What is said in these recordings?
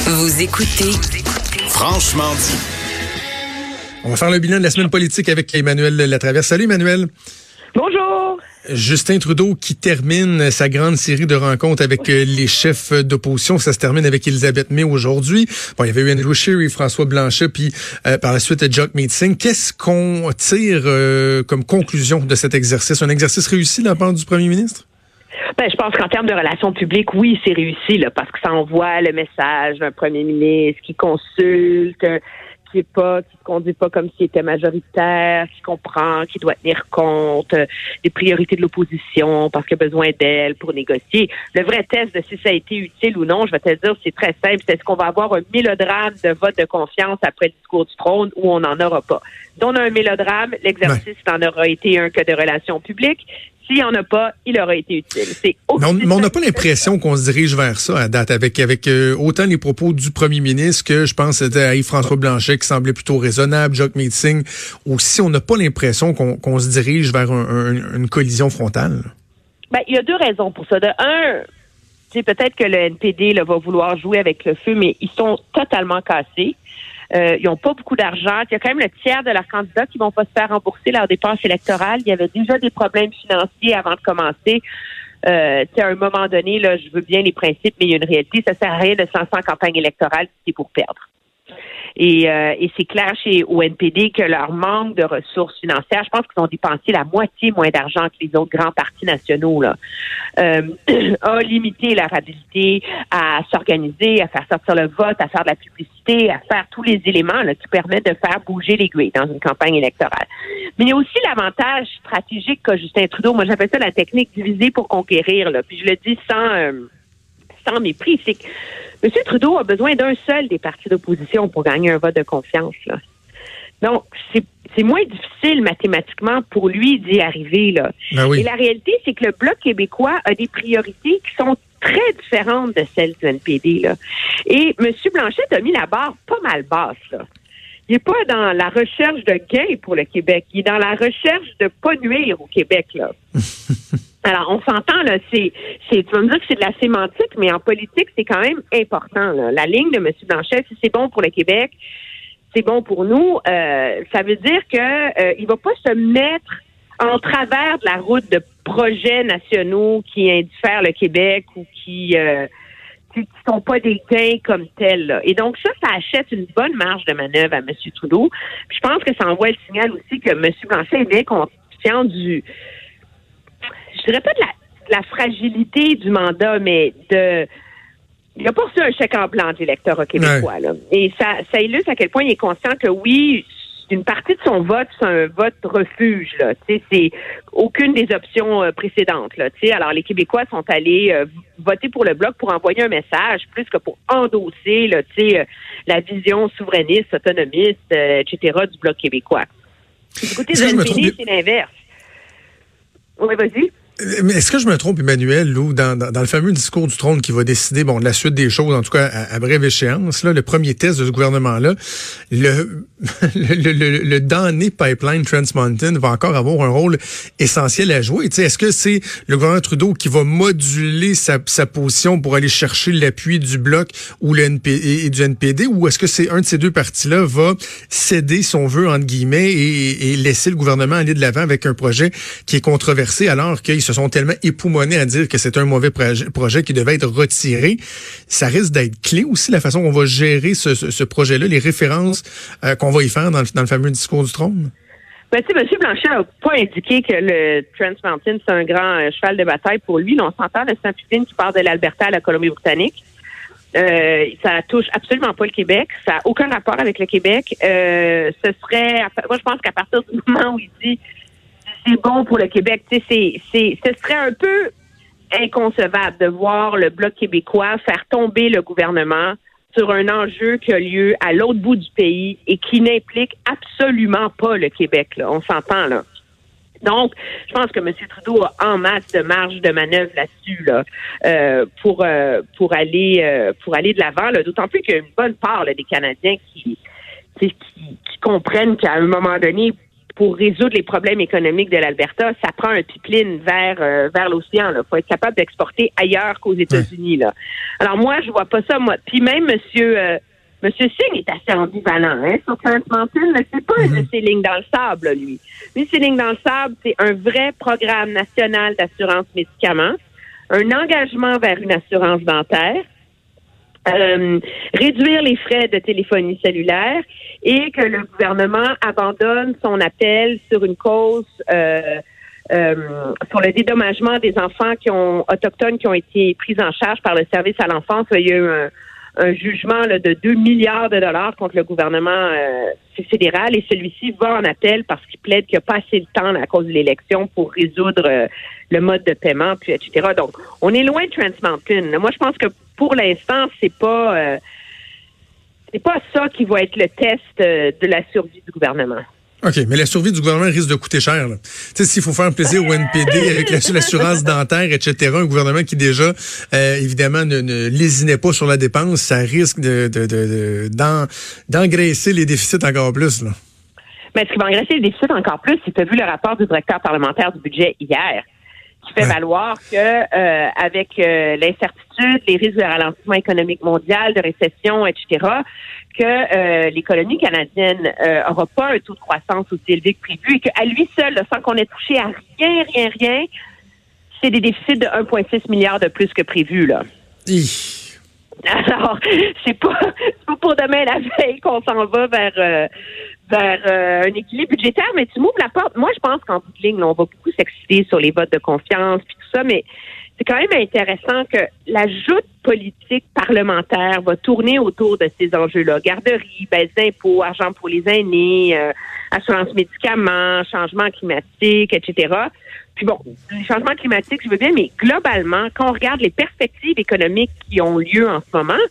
Vous écoutez Franchement dit. On va faire le bilan de la semaine politique avec Emmanuel Latraverse. Salut Emmanuel. Bonjour. Justin Trudeau qui termine sa grande série de rencontres avec les chefs d'opposition. Ça se termine avec Elisabeth May aujourd'hui. Bon, il y avait eu Andrew Scheer et François Blanchet, puis par la suite Jagmeet Singh. Qu'est-ce qu'on tire comme conclusion de cet exercice? Un exercice réussi de la part du premier ministre? Ben, je pense qu'en termes de relations publiques, oui, c'est réussi, là, parce que ça envoie le message d'un premier ministre qui consulte, qui conduit pas comme s'il était majoritaire, qui comprend, qui doit tenir compte des priorités de l'opposition parce qu'il a besoin d'elle pour négocier. Le vrai test de si ça a été utile ou non, je vais te dire, c'est très simple. C'est est-ce qu'on va avoir un mélodrame de vote de confiance après le discours du trône ou on n'en aura pas? Si on a un mélodrame, l'exercice n'en aura été un que de relations publiques. S'il n'y en a pas, il aura été utile. Mais on n'a pas l'impression qu'on se dirige vers ça à date, avec autant les propos du premier ministre que je pense c'était à Yves-François Blanchet qui semblait plutôt raisonnable, Jagmeet Singh aussi. On n'a pas l'impression qu'on se dirige vers une collision frontale. Ben, il y a deux raisons pour ça. De un, peut-être que le NPD là, va vouloir jouer avec le feu, mais ils sont totalement cassés. Ils n'ont pas beaucoup d'argent. Il y a quand même le tiers de leurs candidats qui vont pas se faire rembourser leurs dépenses électorales. Il y avait déjà des problèmes financiers avant de commencer. À un moment donné, là, je veux bien les principes, mais il y a une réalité. Ça sert à rien de se lancer en campagne électorale si c'est pour perdre. Et c'est clair au NPD que leur manque de ressources financières, je pense qu'ils ont dépensé la moitié moins d'argent que les autres grands partis nationaux, là, a limité leur habilité à s'organiser, à faire sortir le vote, à faire de la publicité, à faire tous les éléments là, qui permettent de faire bouger l'aiguille dans une campagne électorale. Mais il y a aussi l'avantage stratégique qu'a Justin Trudeau. Moi, j'appelle ça la technique diviser pour conquérir. Là. Puis je le dis sans mépris, c'est que M. Trudeau a besoin d'un seul des partis d'opposition pour gagner un vote de confiance. Là. Donc, c'est moins difficile mathématiquement pour lui d'y arriver. Là. Ben oui. Et la réalité, c'est que le Bloc québécois a des priorités qui sont très différentes de celles du NPD. Là. Et M. Blanchet a mis la barre pas mal basse. Là. Il n'est pas dans la recherche de gains pour le Québec. Il est dans la recherche de pas nuire au Québec. Là. Alors, on s'entend, là, tu vas me dire que c'est de la sémantique, mais en politique, c'est quand même important, là. La ligne de M. Blanchet, si c'est bon pour le Québec, c'est bon pour nous, ça veut dire que il va pas se mettre en travers de la route de projets nationaux qui indiffèrent le Québec ou qui sont pas des gains comme tels, là. Et donc, ça achète une bonne marge de manœuvre à M. Trudeau. Puis je pense que ça envoie le signal aussi que M. Blanchet est bien conscient je dirais pas de la fragilité du mandat, mais il n'a pas reçu un chèque en blanc de l'électorat québécois. Là. Et ça illustre à quel point il est conscient que oui, une partie de son vote, c'est un vote refuge. Là. C'est aucune des options précédentes. Là. Alors, les Québécois sont allés voter pour le Bloc pour envoyer un message, plus que pour endosser là, la vision souverainiste, autonomiste, etc. du Bloc québécois. Du côté de l'NPD, c'est l'inverse. Oui, vas-y. Mais est-ce que je me trompe, Emmanuel, Lou, dans le fameux discours du trône qui va décider de la suite des choses, en tout cas à brève échéance, là, le premier test de ce gouvernement-là, le damné pipeline Trans Mountain va encore avoir un rôle essentiel à jouer. T'sais, est-ce que c'est le gouvernement Trudeau qui va moduler sa position pour aller chercher l'appui du Bloc ou et du NPD, ou est-ce que c'est un de ces deux partis-là va céder, si on veut, entre guillemets, et laisser le gouvernement aller de l'avant avec un projet qui est controversé alors qu'ils se sont tellement époumonés à dire que c'est un mauvais projet qui devait être retiré. Ça risque d'être clé aussi, la façon qu'on va gérer ce projet-là, les références qu'on va y faire dans le fameux discours du trône. Ben, tu sais, M. Blanchet n'a pas indiqué que le Trans Mountain, c'est un grand cheval de bataille pour lui. Là, on s'entend, c'est un pipeline qui part de l'Alberta à la Colombie-Britannique. Ça touche absolument pas le Québec. Ça n'a aucun rapport avec le Québec. Moi, je pense qu'à partir du moment où il dit c'est bon pour le Québec. Ce serait un peu inconcevable de voir le Bloc québécois faire tomber le gouvernement sur un enjeu qui a lieu à l'autre bout du pays et qui n'implique absolument pas le Québec. Là. On s'entend, là. Donc, je pense que M. Trudeau a en masse de marge de manœuvre là-dessus là, pour aller de l'avant. Là. D'autant plus qu'il y a une bonne part là, des Canadiens qui comprennent qu'à un moment donné, pour résoudre les problèmes économiques de l'Alberta, ça prend un pipeline vers l'océan. Il faut être capable d'exporter ailleurs qu'aux États-Unis. Là. Alors moi, je vois pas ça. Moi. Puis même Monsieur Singh est assez ambivalent. Sur Trans Mountain, c'est pas une de ses lignes dans le sable, lui. Lui, ses lignes dans le sable, c'est un vrai programme national d'assurance médicaments, un engagement vers une assurance dentaire, réduire les frais de téléphonie cellulaire et que le gouvernement abandonne son appel sur une cause sur le dédommagement des enfants autochtones qui ont été pris en charge par le service à l'enfance. Il y a eu un jugement là, de 2 milliards de dollars contre le gouvernement fédéral et celui-ci va en appel parce qu'il plaide qu'il n'y a pas assez de temps à cause de l'élection pour résoudre le mode de paiement, puis etc. Donc, on est loin de Trans Mountain. Moi, je pense que pour l'instant, c'est pas ça qui va être le test de la survie du gouvernement. OK, mais la survie du gouvernement risque de coûter cher. Tu sais, s'il faut faire plaisir au NPD avec l'assurance dentaire, etc., un gouvernement qui déjà, évidemment, ne lésinait pas sur la dépense, ça risque d'engraisser les déficits encore plus. Là. Mais ce qui va engraisser les déficits encore plus, c'est que tu as vu le rapport du directeur parlementaire du budget hier, qui fait valoir que avec l'incertitude, les risques de ralentissement économique mondial, de récession, etc., que l'économie canadienne aura pas un taux de croissance aussi élevé que prévu et qu'à lui seul, là, sans qu'on ait touché à rien, c'est des déficits de 1,6 milliard de plus que prévu, là. Alors, c'est pas pour demain la veille qu'on s'en va vers un équilibre budgétaire, mais tu m'ouvres la porte. Moi, je pense qu'en bout de ligne, là, on va beaucoup s'exciter sur les votes de confiance puis tout ça, mais c'est quand même intéressant que la joute politique parlementaire va tourner autour de ces enjeux-là. Garderie, baisse d'impôts, argent pour les aînés, assurance médicaments, changement climatique, etc. Puis bon, les changements climatiques, je veux bien, mais globalement, quand on regarde les perspectives économiques qui ont lieu en ce moment,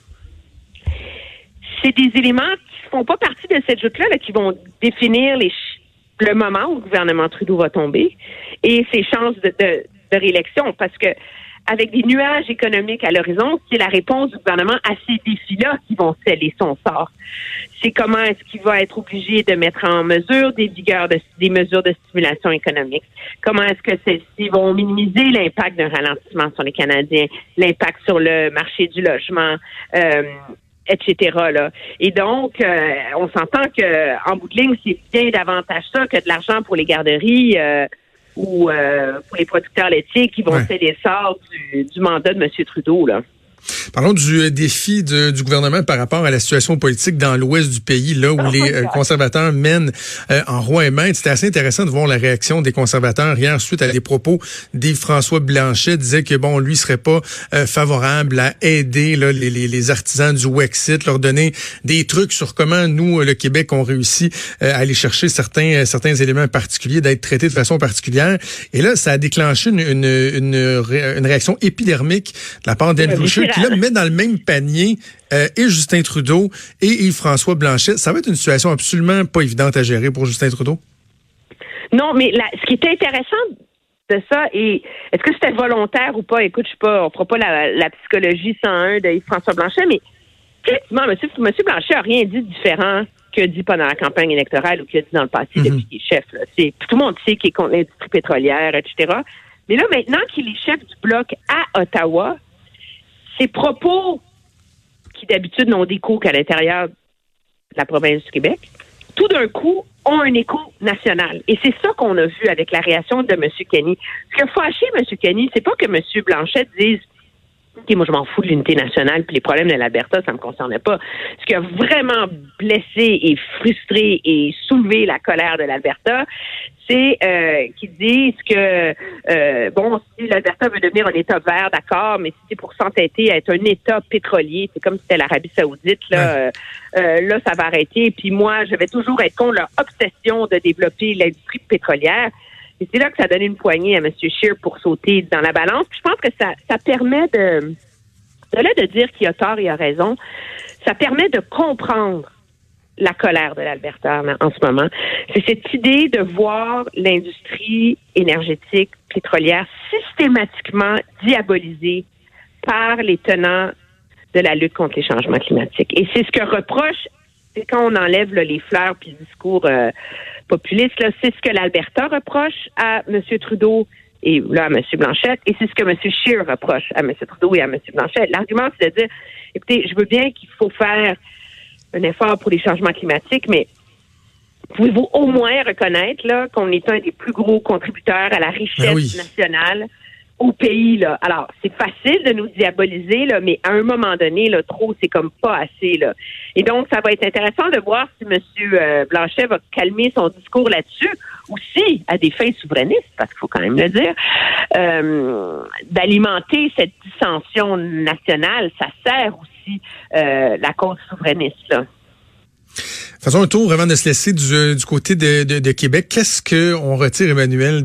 c'est des éléments qui font pas partie de cette joute-là là, qui vont définir le moment où le gouvernement Trudeau va tomber et ses chances de réélection. Parce que avec des nuages économiques à l'horizon, c'est la réponse du gouvernement à ces défis-là qui vont sceller son sort. C'est comment est-ce qu'il va être obligé de mettre en mesure des mesures de stimulation économique. Comment est-ce que celles-ci vont minimiser l'impact d'un ralentissement sur les Canadiens, l'impact sur le marché du logement, etc. Là. Et donc, on s'entend que en bout de ligne, c'est bien davantage ça que de l'argent pour les garderies ou pour les producteurs laitiers qui vont faire des sorts du mandat de M. Trudeau, là. Parlons du défi du gouvernement par rapport à la situation politique dans l'ouest du pays, là où les conservateurs mènent en roi et maître. C'était assez intéressant de voir la réaction des conservateurs hier suite à des propos d'Yves-François Blanchet, disait que bon, lui serait pas favorable à aider là, les artisans du Wexit, leur donner des trucs sur comment nous, le Québec, on réussit à aller chercher certains éléments particuliers, d'être traités de façon particulière. Et là, ça a déclenché une réaction épidermique de la part d'Anne Boucher, qui là met dans le même panier et Justin Trudeau et Yves-François Blanchet. Ça va être une situation absolument pas évidente à gérer pour Justin Trudeau. Non, mais ce qui est intéressant de ça, et est-ce que c'était volontaire ou pas? Écoute, je sais pas, on fera pas la psychologie 101 de Yves-François Blanchet, mais effectivement, M. Blanchet a rien dit de différent que dit pendant la campagne électorale ou qu'il a dit dans le passé depuis qu'il est chef. Là. Tout le monde sait qu'il est contre l'industrie pétrolière, etc. Mais là, maintenant qu'il est chef du Bloc à Ottawa, ces propos, qui d'habitude n'ont d'écho qu'à l'intérieur de la province du Québec, tout d'un coup, ont un écho national. Et c'est ça qu'on a vu avec la réaction de M. Kenney. Ce qui a fâché M. Kenney, c'est pas que M. Blanchet dise « OK, moi, je m'en fous de l'unité nationale, puis les problèmes de l'Alberta, ça me concernait pas. » Ce qui a vraiment blessé et frustré et soulevé la colère de l'Alberta, c'est qu'ils disent que, si l'Alberta veut devenir un État vert, d'accord, mais si c'est pour s'entêter à être un État pétrolier, c'est comme si c'était l'Arabie Saoudite, là, là, ça va arrêter. Puis moi, je vais toujours être contre leur obsession de développer l'industrie pétrolière. Et c'est là que ça donne une poignée à M. Scheer pour sauter dans la balance. Puis je pense que ça permet de dire qu'il a tort et a raison. Ça permet de comprendre la colère de l'Alberta en ce moment. C'est cette idée de voir l'industrie énergétique pétrolière systématiquement diabolisée par les tenants de la lutte contre les changements climatiques. Et c'est ce que reproche C'est quand on enlève là, les fleurs puis le discours populiste, là, c'est ce que l'Alberta reproche à M. Trudeau et là à M. Blanchette, et c'est ce que M. Scheer reproche à M. Trudeau et à M. Blanchette. L'argument, c'est de dire, écoutez, je veux bien qu'il faut faire un effort pour les changements climatiques, mais pouvez-vous au moins reconnaître là qu'on est un des plus gros contributeurs à la richesse nationale au pays, là. Alors, c'est facile de nous diaboliser, là, mais à un moment donné, là, trop, c'est comme pas assez, là. Et donc, ça va être intéressant de voir si M. Blanchet va calmer son discours là-dessus, ou si, à des fins souverainistes, parce qu'il faut quand même le dire, d'alimenter cette dissension nationale, ça sert aussi la cause souverainiste, là. Faisons un tour avant de se laisser du côté de Québec. Qu'est-ce qu'on retire, Emmanuel,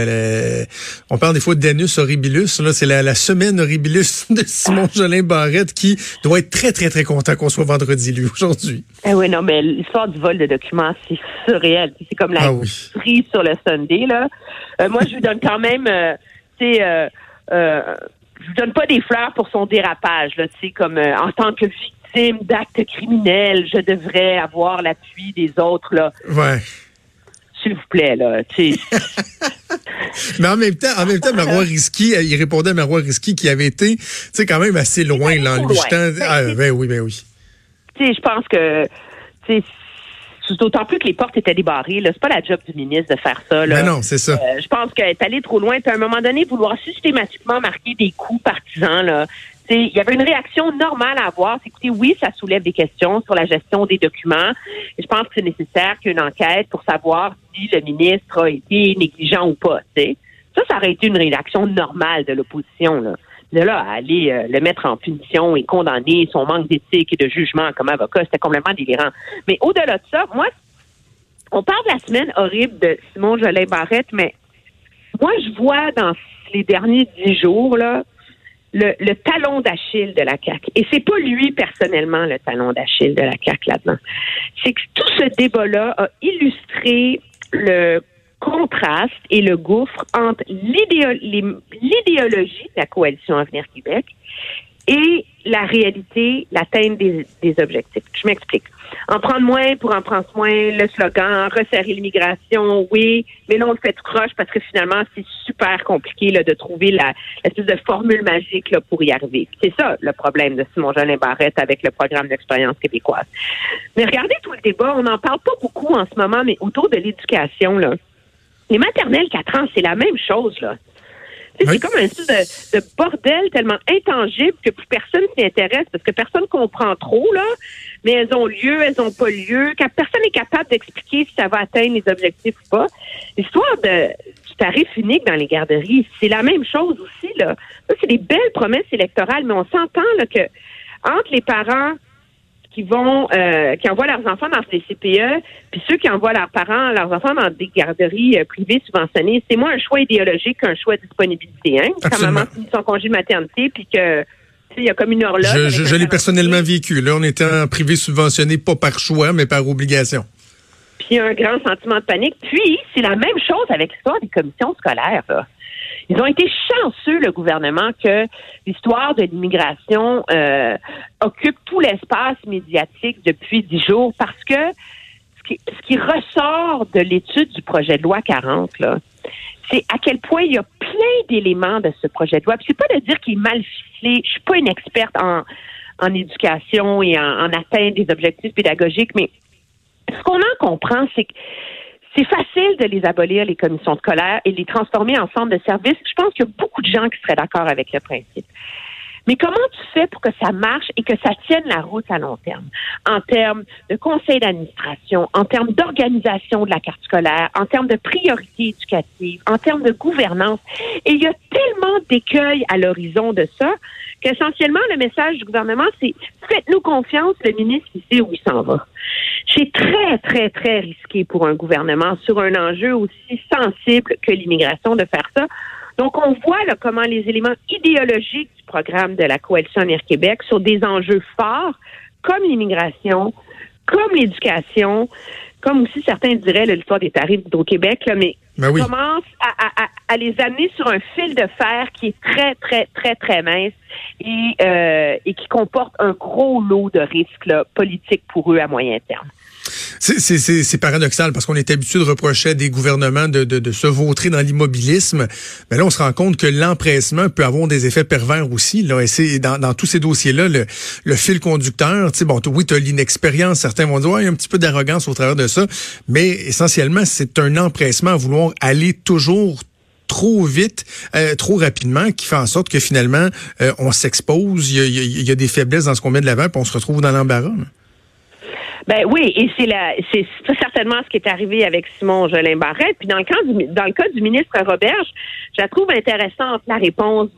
on parle des fois d'Anus horribilus. Là, c'est la semaine horribilus de Simon Jolin Barrette qui doit être très, très, très content qu'on soit vendredi, lui, aujourd'hui. Oui, non, mais l'histoire du vol de documents, c'est surréel. C'est comme la cerise sur le Sunday, là. Moi, je lui donne quand même, je lui donne pas des fleurs pour son dérapage, là, tu sais, comme en tant que victime d'actes criminels, je devrais avoir l'appui des autres, là. Ouais. S'il vous plaît, là, tu sais. Mais en même temps, Marois Risky, il répondait à Marois Risky qui avait été, tu sais, quand même assez loin, là, en lui jetant. Ben oui. Tu sais, je pense que, tu sais, d'autant plus que les portes étaient débarrées, là. C'est pas la job du ministre de faire ça, là. Mais non, c'est ça. Je pense qu'elle est allée trop loin. Puis à un moment donné, vouloir systématiquement marquer des coups partisans, là. Il y avait une réaction normale à avoir. C'est, écoutez, oui, ça soulève des questions sur la gestion des documents. Et je pense que c'est nécessaire qu'il y ait une enquête pour savoir si le ministre a été négligent ou pas. T'sais. Ça aurait été une réaction normale de l'opposition. Là. De là à aller le mettre en punition et condamner son manque d'éthique et de jugement comme avocat, c'était complètement délirant. Mais au-delà de ça, moi, on parle de la semaine horrible de Simon Jolin Barrette, mais moi, je vois dans les derniers 10 jours, là, le talon d'Achille de la CAQ. Et c'est pas lui, personnellement, le talon d'Achille de la CAQ là-dedans. C'est que tout ce débat-là a illustré le contraste et le gouffre entre l'idéologie de la coalition Avenir Québec et la réalité, l'atteinte des objectifs. Je m'explique. En prendre moins pour en prendre moins, le slogan, resserrer l'immigration, oui, mais là, on le fait tout croche parce que finalement, c'est super compliqué là, de trouver l'espèce de formule magique là, pour y arriver. C'est ça, le problème de Simon Jolin Barrette avec le programme d'expérience québécoise. Mais regardez tout le débat, on n'en parle pas beaucoup en ce moment, mais autour de l'éducation, là. Les maternelles 4 ans, c'est la même chose, là. Oui. C'est comme un espèce de bordel tellement intangible que plus personne s'y intéresse parce que personne comprend trop, là. Mais elles ont lieu, elles n'ont pas lieu. Quand personne n'est capable d'expliquer si ça va atteindre les objectifs ou pas. L'histoire du tarif unique dans les garderies, c'est la même chose aussi, là. Ça, c'est des belles promesses électorales, mais on s'entend, là, que entre les parents qui envoient leurs enfants dans les CPE, puis ceux qui envoient leurs enfants dans des garderies privées subventionnées, c'est moins un choix idéologique qu'un choix de disponibilité. Hein? Quand maman finit son congé de maternité, puis que il y a comme une horloge. Je l'ai personnellement vécu. Là, on était en privé subventionné, pas par choix, mais par obligation. Puis un grand sentiment de panique. Puis, c'est la même chose avec l'histoire des commissions scolaires, là. Ils ont été chanceux, le gouvernement, que l'histoire de l'immigration occupe tout l'espace médiatique depuis 10 jours parce que ce qui ressort de l'étude du projet de loi 40, là, c'est à quel point il y a plein d'éléments de ce projet de loi. Puis c'est pas de dire qu'il est mal ficelé. Je suis pas une experte en éducation et en atteinte des objectifs pédagogiques, mais ce qu'on en comprend, c'est que c'est facile de les abolir, les commissions scolaires, et les transformer en centres de services. Je pense qu'il y a beaucoup de gens qui seraient d'accord avec le principe. Mais comment tu fais pour que ça marche et que ça tienne la route à long terme? En termes de conseil d'administration, en termes d'organisation de la carte scolaire, en termes de priorité éducative, en termes de gouvernance. Et il y a tellement d'écueils à l'horizon de ça qu'essentiellement, le message du gouvernement, c'est « Faites-nous confiance, le ministre, il sait où il s'en va ». C'est très, très, très risqué pour un gouvernement sur un enjeu aussi sensible que l'immigration de faire ça. Donc, on voit là, comment les éléments idéologiques du programme de la Coalition Avenir Québec sur des enjeux forts, comme l'immigration, comme l'éducation, comme aussi certains diraient l'histoire des tarifs d'Hydro-Québec, là, mais Ben oui. commence à les amener sur un fil de fer qui est très, très, très, très mince et qui comporte un gros lot de risques là, politiques pour eux à moyen terme. C'est paradoxal parce qu'on est habitué de reprocher à des gouvernements de se vautrer dans l'immobilisme. Mais là, on se rend compte que l'empressement peut avoir des effets pervers aussi. Là, et c'est dans tous ces dossiers-là, le fil conducteur, tu sais, bon, oui, tu as l'inexpérience. Certains vont dire, ouais, il y a un petit peu d'arrogance au travers de ça. Mais essentiellement, c'est un empressement à vouloir aller toujours trop vite, trop rapidement, qui fait en sorte que finalement, on s'expose, il y a des faiblesses dans ce qu'on met de l'avant, puis on se retrouve dans l'embarras. Là. Ben oui, et c'est certainement ce qui est arrivé avec Simon Jolin Barrette. Puis dans le cas du ministre Roberge, je la trouve intéressante la réponse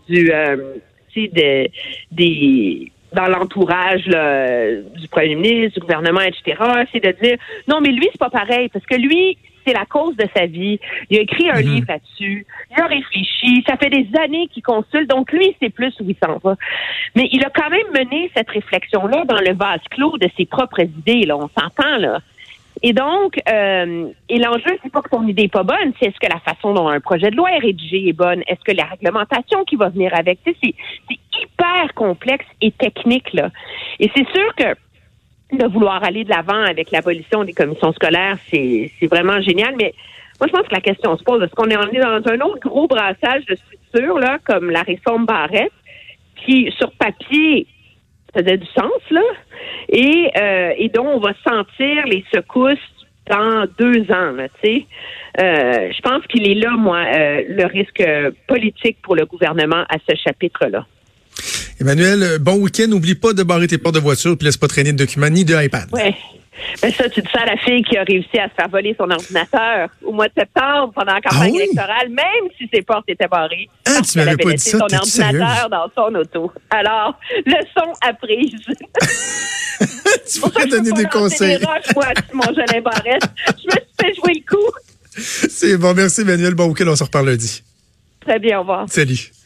dans l'entourage là, du premier ministre, du gouvernement, etc. C'est de dire non, mais lui c'est pas pareil parce que lui c'est la cause de sa vie. Il a écrit un livre là-dessus. Il a réfléchi. Ça fait des années qu'il consulte. Donc, lui, c'est plus où il s'en va. Mais il a quand même mené cette réflexion-là dans le vase clos de ses propres idées. Là, on s'entend, là. Et donc, et l'enjeu, c'est pas que son idée est pas bonne, c'est est-ce que la façon dont un projet de loi est rédigé est bonne? Est-ce que la réglementation qui va venir avec? Tu sais, c'est hyper complexe et technique, là. Et c'est sûr que de vouloir aller de l'avant avec l'abolition des commissions scolaires, c'est vraiment génial. Mais moi, je pense que la question se pose, est-ce qu'on est dans un autre gros brassage de structures, là, comme la réforme Barrette, qui, sur papier, faisait du sens, là, et dont on va sentir les secousses dans 2 ans, là, tu sais. Je pense qu'il est là, moi, le risque politique pour le gouvernement à ce chapitre-là. Emmanuel, bon week-end. N'oublie pas de barrer tes portes de voiture puis laisse pas traîner de documents ni de iPad. Oui. Ben ça, tu dis ça à la fille qui a réussi à se faire voler son ordinateur au mois de septembre pendant la campagne électorale, même si ses portes étaient barrées. Ah, tu m'avais pas dit ça. Son ordinateur dans son auto. Alors, leçon apprise. Tu pourrais donner des conseils. Des roches, moi, mon Jolin Barrette. Je me suis fait jouer le coup. C'est bon. Merci, Emmanuel. Bon week-end. On se reparle lundi. Très bien. Au revoir. Salut.